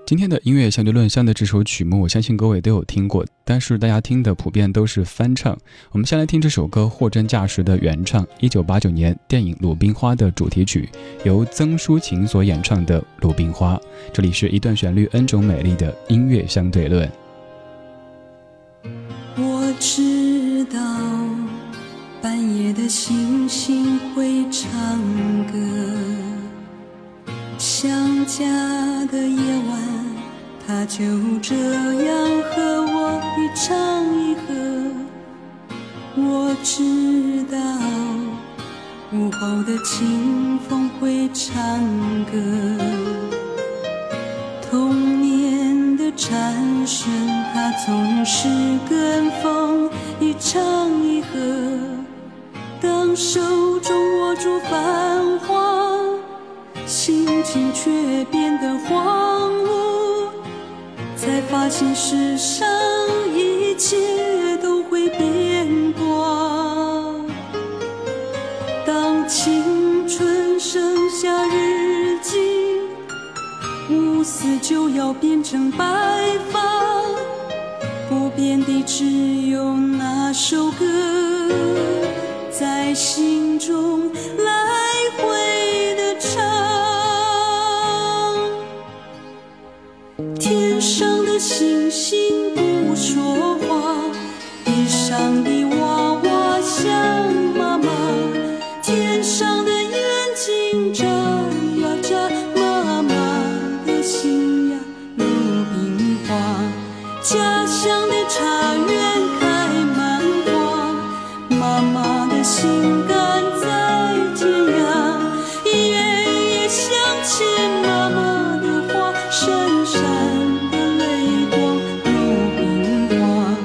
今天的音乐相对论上的这首曲目，我相信各位都有听过，但是大家听的普遍都是翻唱。我们先来听这首歌货真价实的原唱，1989年电影《鲁冰花》的主题曲，由曾淑琴所演唱的《鲁冰花》。这里是一段旋律 N 种美丽的音乐相对论。 我知道半夜的星星会唱歌，想家的夜晚，他就这样和我一唱一和。我知道午后的清风会唱歌，童年的蝉声，它总是跟风一唱一和。当手中握住繁华，心情却变得荒芜，才发现世上一切都会变卦。当青春剩下日记，乌丝就要变成白发，不变的只有那首歌，在心中来回的唱。天上的星星不说话，地上的娃娃像妈妈，天上的眼睛眨呀眨，妈妈的心呀如冰花，家乡的茶园开满花，妈妈的心肝在天涯，夜夜想起妈妈的话，闪闪的泪光如冰花，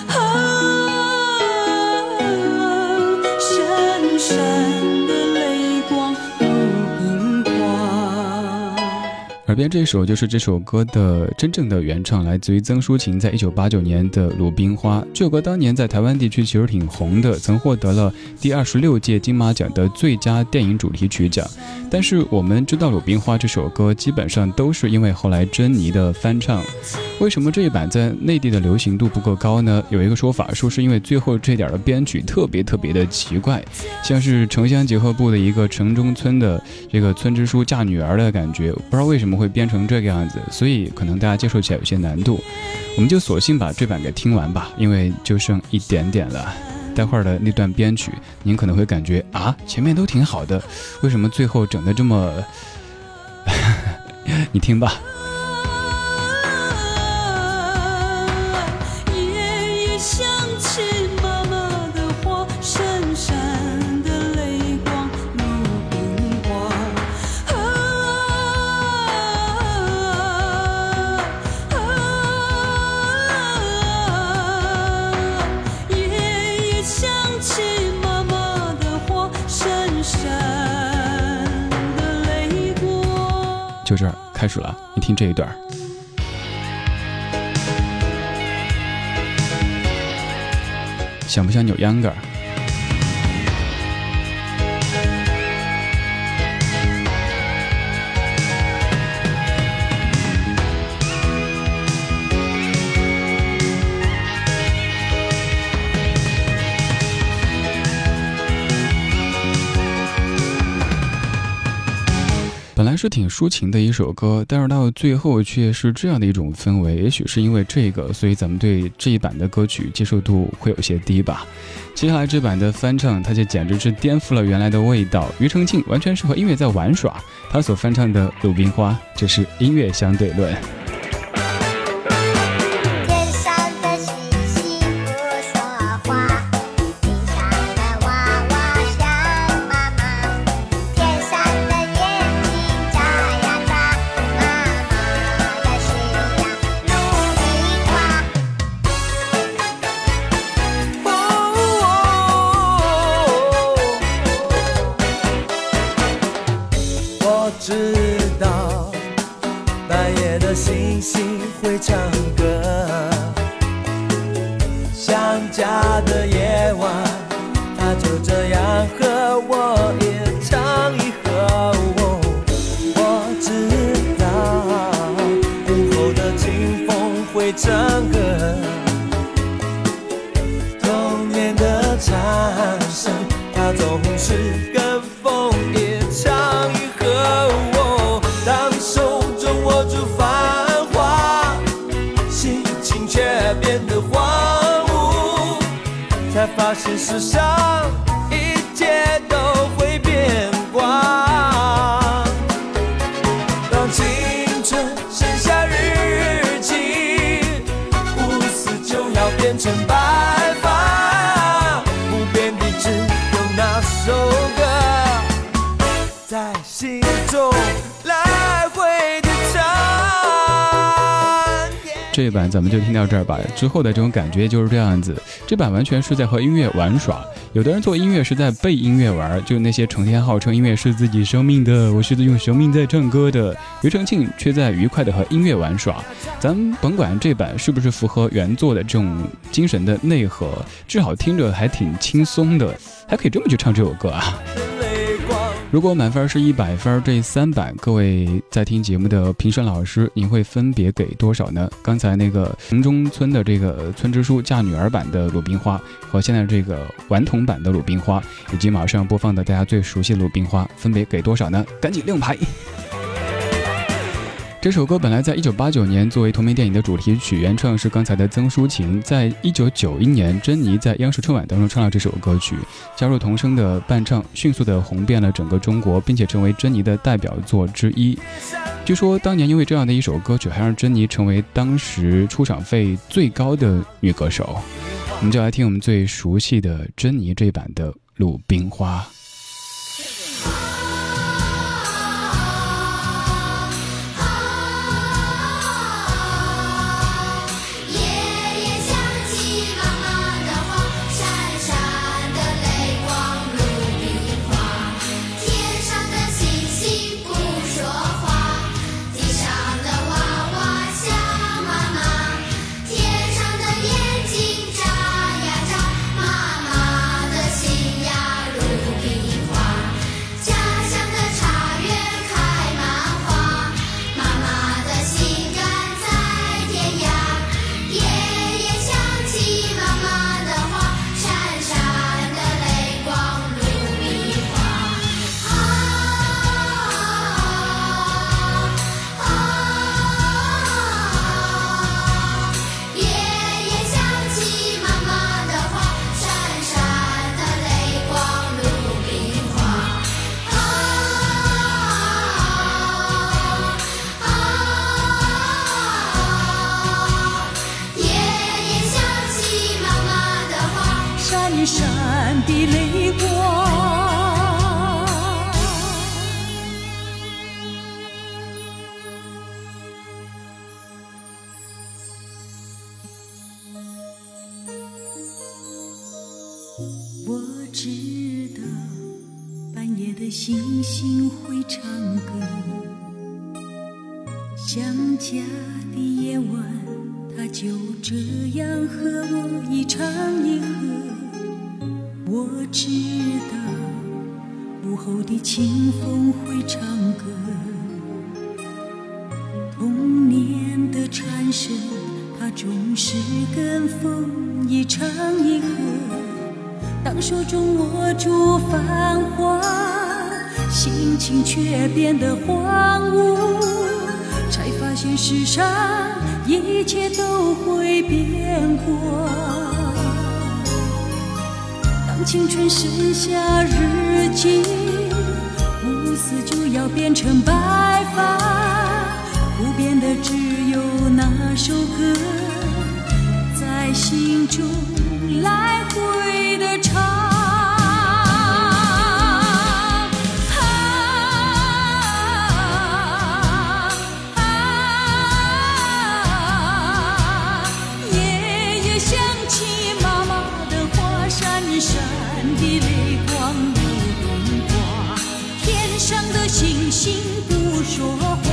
闪闪的泪光如冰花。 耳边这首就是这首歌的真正的原唱，来自于曾淑琴在1989年的《鲁冰花》。这首歌当年在台湾地区其实挺红的，曾获得了第26届金马奖的最佳电影主题曲奖。但是我们知道《鲁冰花》这首歌基本上都是因为后来珍妮的翻唱。为什么这一版在内地的流行度不够高呢？有一个说法说是因为最后这点的编曲特别的奇怪，像是城乡结合部的一个城中村的这个村支书嫁女儿的感觉，不知道为什么会编成这个样子，所以可能大家接受起来有些难度。我们就索性把这版给听完吧，因为就剩一点点了。待会儿的那段编曲您可能会感觉啊，前面都挺好的，为什么最后整得这么你听吧。 夜夜想起妈妈的话，闪闪的泪光如冰花，夜夜想起妈妈的话，闪闪的泪光。 就这儿开始了，你听这一段。像不像扭秧歌？本来是挺抒情的一首歌，但是到最后却是这样的一种氛围，也许是因为这个，所以咱们对这一版的歌曲接受度会有些低吧。接下来这版的翻唱，它就简直是颠覆了原来的味道。庾澄庆完全是和音乐在玩耍，他所翻唱的《鲁冰花》，这是音乐相对论。 知道半夜的星星会唱歌，想家的夜晚，它就这样和我一唱一和。我知道午会唱歌。童年的唱声，它总是跟风一唱一和。当手中握住繁华，心情却变得荒芜，才发现世上一切都会变卦。当青春剩下日记，不死就要变成白发，不变的只有那首歌在心中来回的唱。 这一版咱们就听到这儿吧，之后的这种感觉就是这样子。这版完全是在和音乐玩耍，有的人做音乐是在被音乐玩，就那些成天号称音乐是自己生命的，我是用生命在唱歌的，庾澄庆却在愉快的和音乐玩耍。咱们甭管这版是不是符合原作的这种精神的内核，至少听着还挺轻松的，还可以这么去唱这首歌啊。如果满分是100分，这3版各位在听节目的评审老师，您会分别给多少呢？刚才那个城中村的这个村支书嫁女儿版的鲁冰花，和现在这个顽童版的鲁冰花，以及马上播放的大家最熟悉的鲁冰花，分别给多少呢？赶紧亮牌！这首歌本来在1989年作为同名电影的主题曲，原唱是刚才的曾淑琴。在1991年，珍妮在央视春晚当中唱了这首歌曲，加入童声的伴唱，迅速的红遍了整个中国，并且成为珍妮的代表作之一。据说当年因为这样的一首歌曲，还让珍妮成为当时出场费最高的女歌手。我们就来听我们最熟悉的珍妮这版的《鲁冰花》。 闪的泪光，我知道半夜的星星会唱歌，想家的夜晚，它就这样和我一唱一和。我知道午后的清风会唱歌，童年的蝉声，它总是跟风一唱一和。当手中握住繁华，心情却变得荒芜，才发现世上一切都会变过。当青春剩下日记，不死就要变成白发，不变的只有那首歌，在心中来回的唱。闪的泪光如冰花，天上的星星不说话，